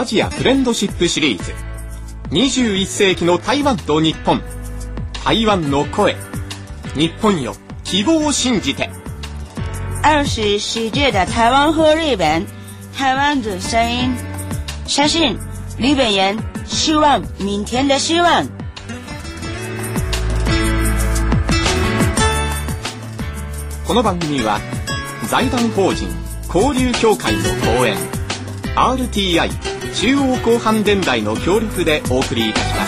アジアフレンドシップシリーズ21世紀の台湾と日本、台湾の声、日本よ希望を信じて。 21世纪的台湾和日本，台湾的声音，相信日本人希望明天的希望。 この番組は財団法人交流協会の講演 RTI 中央広範電台の協力でお送りいたします。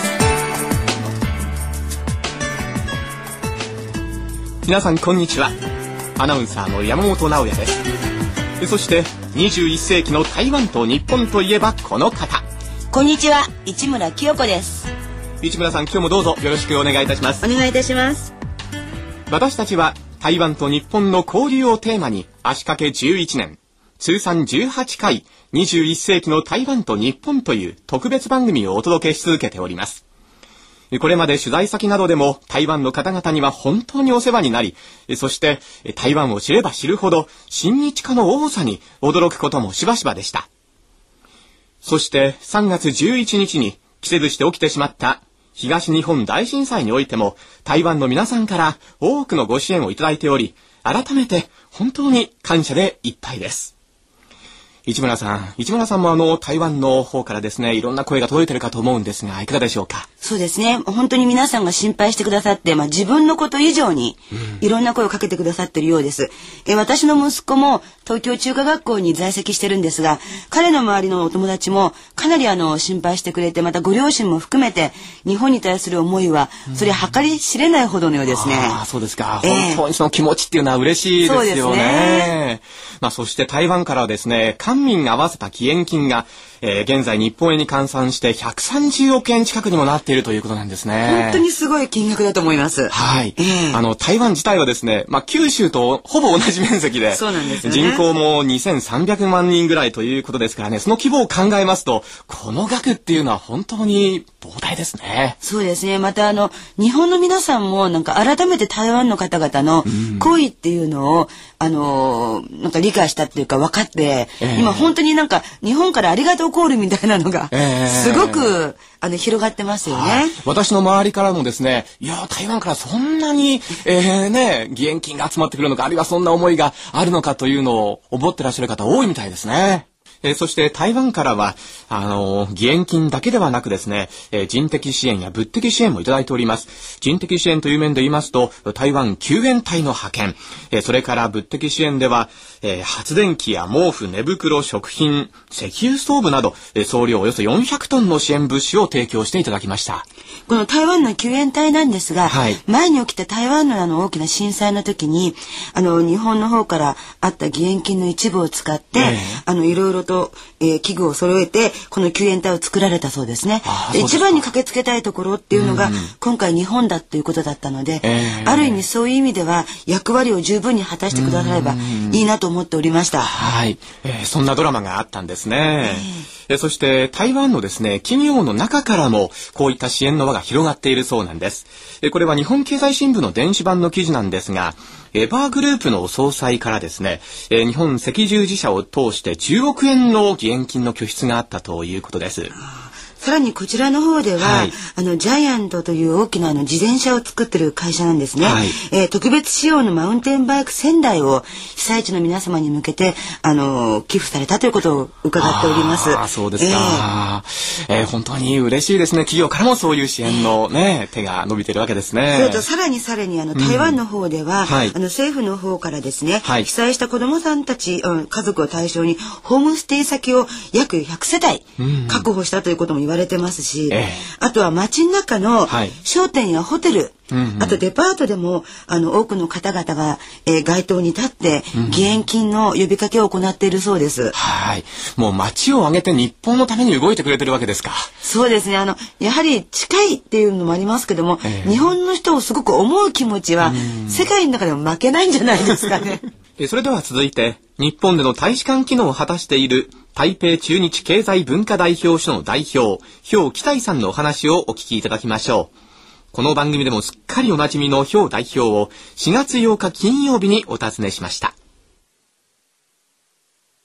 皆さんこんにちは。アナウンサーの山本直也です。そして21世紀の台湾と日本といえばこの方。 こんにちは、市村清子です。 市村さん、今日もどうぞよろしくお願いいたします。 お願いいたします。 私たちは台湾と日本の交流をテーマに足掛け11年、通算18回21世紀の台湾と日本という特別番組をお届けし続けております。これまで取材先などでも台湾の方々には本当にお世話になり、そして台湾を知れば知るほど親日家の多さに驚くこともしばしばでした。そして3月11日に着せずして起きてしまった東日本大震災においても台湾の皆さんから多くのご支援をいただいており、改めて本当に感謝でいっぱいです。市村さんも台湾の方からですね、いろんな声が届いているかと思うんですが、いかがでしょうか。 そうですね、本当に皆さんが心配してくださって、自分のこと以上にいろんな声をかけてくださっているようです。私の息子も東京中華学校に在籍してるんですが、彼の周りのお友達もかなり心配してくれて、またご両親も含めて日本に対する思いはそれ計り知れないほどのようですね。 そうですか、本当にその気持ちっていうのは嬉しいですよね。そうですね。そして台湾からはですね、官民が合わせた義援金が、現在日本円に換算して130億円近くにもなっているということなんですね。 本当にすごい金額だと思います。 はい。台湾自体はですね、九州とほぼ同じ面積で、 そうなんですよね。 人口も2300万人ぐらいということですからね、その規模を考えますと、この額っていうのは本当に膨大ですね。 そうですね。また日本の皆さんも改めて台湾の方々の行為っていうのを、理解したっていうか分かって、今本当に日本からありがとうコールみたいなのがすごく広がってますよね。 私の周りからもですね、いや台湾からそんなに、義援金が集まってくるのか、あるいはそんな思いがあるのかというのを思ってらっしゃる方多いみたいですね。そして台湾からは義援金だけではなくですね、人的支援や物的支援もいただいております。人的支援という面で言いますと、台湾救援隊の派遣、それから物的支援では、発電機や毛布、寝袋、食品、石油ストーブなど、総量およそ400トンの支援物資を提供していただきました。 この台湾の救援隊なんですが、前に起きた台湾の大きな震災の時に日本の方からあった義援金の一部を使って、いろいろと、器具を揃えてこの救援隊を作られたそうですね。一番に駆けつけたいところっていうのが、今回日本だということだったので、ある意味そういう意味では役割を十分に果たしてくださればいいなと思っておりました。 そんなドラマがあったんですね。そして台湾のですね、企業の中からもこういった支援の輪が広がっているそうなんです。これは日本経済新聞の電子版の記事なんですが、エバーグループの総裁からですね、日本赤十字社を通して10億円の義援金の拠出があったということです。 さらにこちらの方では、ジャイアントという大きな自転車を作ってる会社なんですね。特別仕様のマウンテンバイク1000台を被災地の皆様に向けて寄付されたということを伺っております。 そうですか。本当に嬉しいですね。企業からもそういう支援の手が伸びてるわけですね。 それとさらに台湾の方では、政府の方からですね、被災した子どもさんたち、家族を対象にホームステイ先を約100世帯確保したということも言われてますし、あとは街の中の商店やホテル、あとデパートでも多くの方々が、街頭に立って義援金の呼びかけを行っているそうです。 もう街を挙げて日本のために動いてくれてるわけですか。 そうですね。やはり近いっていうのもありますけども、日本の人をすごく思う気持ちは世界の中でも負けないんじゃないですかね。 それでは続いて日本での大使館機能を果たしている台北駐日経済文化代表所の代表、兵喜多井さんのお話をお聞きいただきましょう。この番組でもすっかりおなじみの兵代表を4月8日金曜日にお尋ねしました。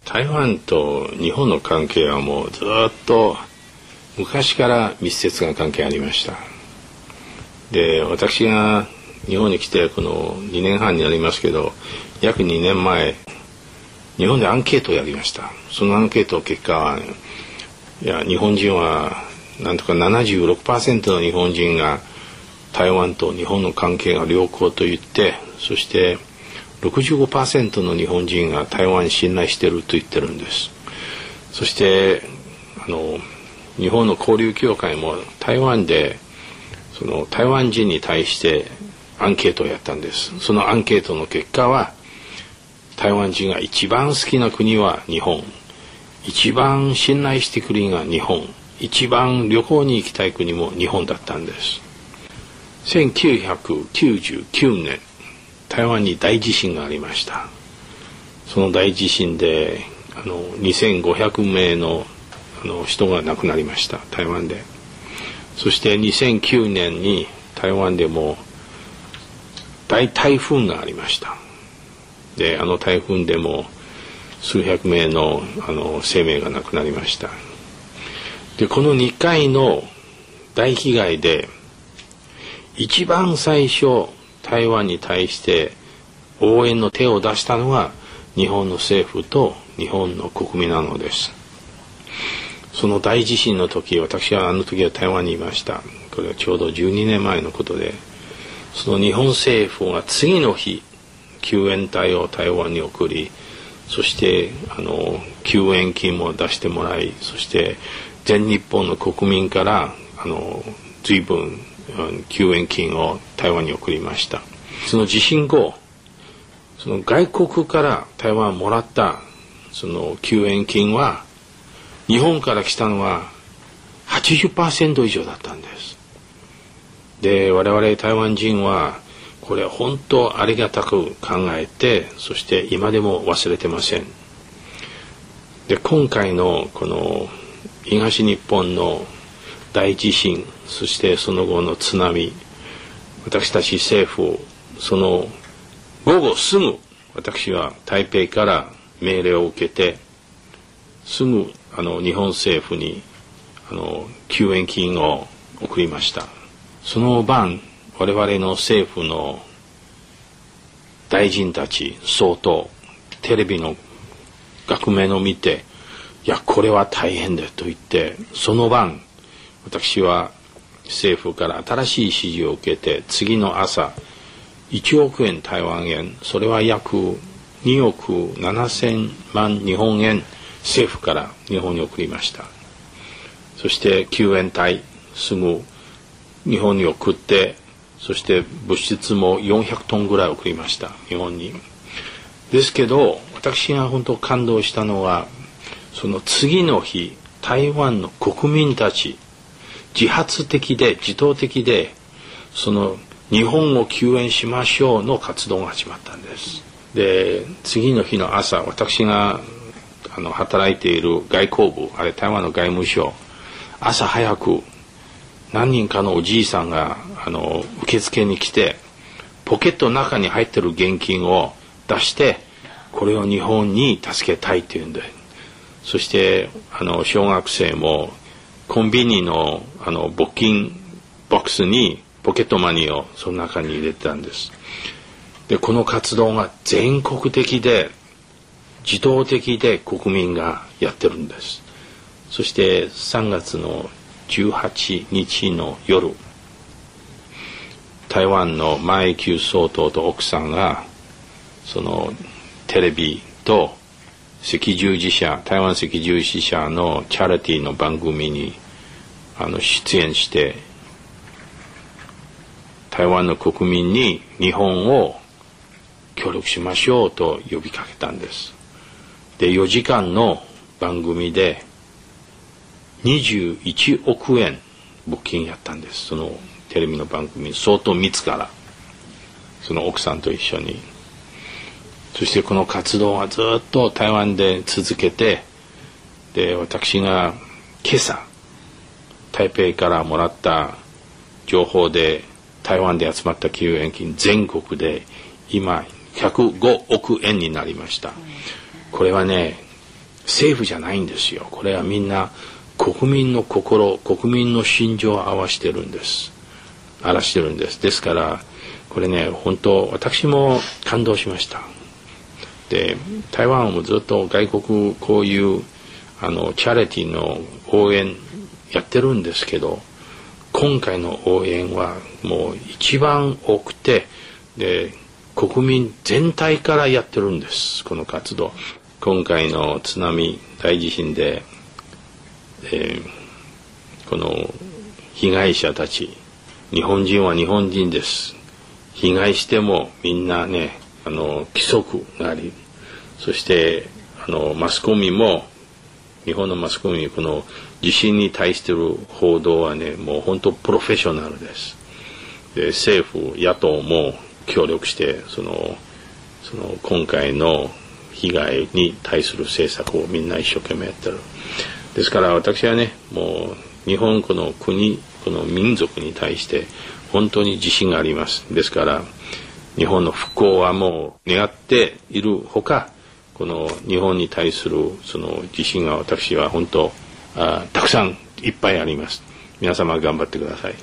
台湾と日本の関係はもうずっと昔から密接な関係ありました。で、私が日本に来てこの2年半になりますけど、約2年前日本でアンケートをやりました。そのアンケート結果は、日本人はなんとか 76% の日本人が台湾と日本の関係が良好と言って、そして65% の日本人が台湾に信頼していると言ってるんです。そして日本の交流協会も台湾でその台湾人に対してアンケートをやったんです。そのアンケートの結果は、台湾人が一番好きな国は日本、一番信頼してくる国が日本、一番旅行に行きたい国も日本だったんです。1999年台湾に大地震がありました。その大地震で2500名の人が亡くなりました、台湾で。そして2009年に台湾でも大台風がありました。で、台風でも数百名の生命がなくなりました。で、この2回の大被害で一番最初台湾に対して応援の手を出したのは日本の政府と日本の国民なのです。その大地震の時、私は時は台湾にいました。これはちょうど12年前のことで、その日本政府が次の日救援隊を台湾に送り、そして救援金も出してもらい、そして全日本の国民から随分救援金を台湾に送りました。その地震後、その外国から台湾もらったその救援金は日本から来たのは 80% 以上だったんです。で、我々台湾人はこれ本当ありがたく考えて、そして今でも忘れてません。で、今回のこの東日本の大地震、そしてその後の津波、私たち政府、その午後すぐ私は台北から命令を受けて、すぐ日本政府に救援金を送りました。その晩、我々の政府の大臣たち総統、テレビの画面を見て、いや、これは大変だと言って、その晩私は政府から新しい指示を受けて、次の朝1億円台湾円、それは約2億7000万日本円、政府から日本に送りました。そして救援隊すぐ日本に送って、そして物質も400トンぐらい送りました、日本に。ですけど、私が本当感動したのは、その次の日台湾の国民たち自発的で自動的で、その日本を救援しましょうの活動が始まったんです。で、次の日の朝、私が働いている外交部、あれ台湾の外務省、朝早く何人かのおじいさんが受付に来て、ポケットの中に入っている現金を出して、これを日本に助けたいっていうんで、そして小学生もコンビニの募金ボックスにポケットマニーをその中に入れてたんです。で、この活動が全国的で自動的で国民がやってるんです。そして3月の18日の夜、台湾の馬英九総統と奥さんがそのテレビと赤十字社、台湾赤十字社のチャリティーの番組に出演して、台湾の国民に日本を協力しましょうと呼びかけたんです。で、4時間の番組で21億円募金やったんです。そのテレビの番組相当自ら、その奥さんと一緒に。そしてこの活動はずっと台湾で続けて、で、私が今朝台北からもらった情報で、台湾で集まった救援金全国で今105億円になりました。これはね、 政府じゃないんですよ。これはみんな国民の心、国民の心情を表してるんです。ですからこれね、本当私も感動しました。で、台湾もずっと外国こういうチャリティーの応援やってるんですけど、今回の応援はもう一番多くて、で国民全体からやってるんです、この活動。今回の津波大地震で、この被害者たち、日本人は日本人です。被害してもみんなね、規則があり、そしてマスコミも、日本のマスコミ、この地震に対してる報道はね、もう本当プロフェッショナルです。で、政府野党も協力してその今回の被害に対する政策をみんな一生懸命やってる。ですから私はね、もう日本この国、この民族に対して本当に自信があります。ですから日本の復興はもう願っているほか、この日本に対するその自信が私は本当たくさんいっぱいあります。皆様頑張ってください。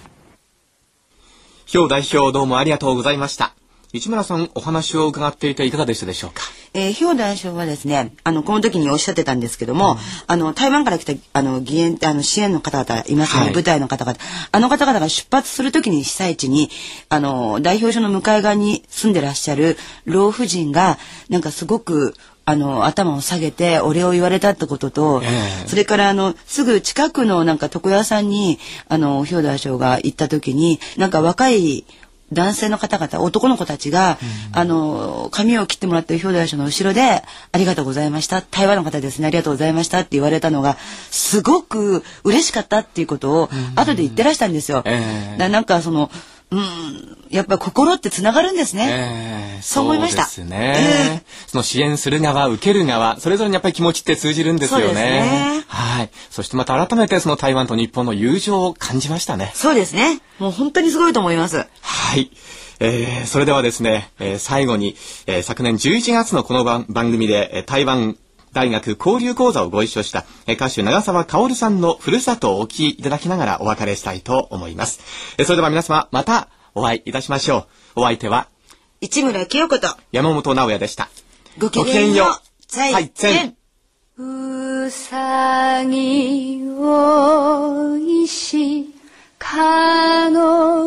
兵代表、どうもありがとうございました。市村さん、お話を伺っていていかがでしたでしょうか。 兵代表はですね、この時におっしゃってたんですけども、台湾から来た義援支援の方々いますよね、はい、部隊の方々、方々が出発する時に被災地に代表所の向かい側に住んでらっしゃる老婦人がなんかすごく頭を下げてお礼を言われたってことと、それからすぐ近くのなんか床屋さんに兵代表が行った時に、なんか若い男性の方々、男の子たちが、髪を切ってもらってる兵代表の後ろで、ありがとうございました。台湾の方ですね、ありがとうございましたって言われたのが、すごく嬉しかったっていうことを、後で言ってらしたんですよ。なんかやっぱり心ってつながるんですね。そう思いました。 そうですね。その支援する側、受ける側、それぞれにやっぱり気持ちって通じるんですよね。そうですね。はい。そしてまた改めてその台湾と日本の友情を感じましたね。 そうですね。もう本当にすごいと思います。 はい。それではですね、最後に、昨年11月のこの番組で、台湾大学交流講座をご一緒した歌手長澤香織さんのふるさとをお聴きいただきながらお別れしたいと思います。それでは皆様またお会いいたしましょう。お相手は市村清子と山本直也でした。 ごきげんよう。 再见。 うさぎを石かの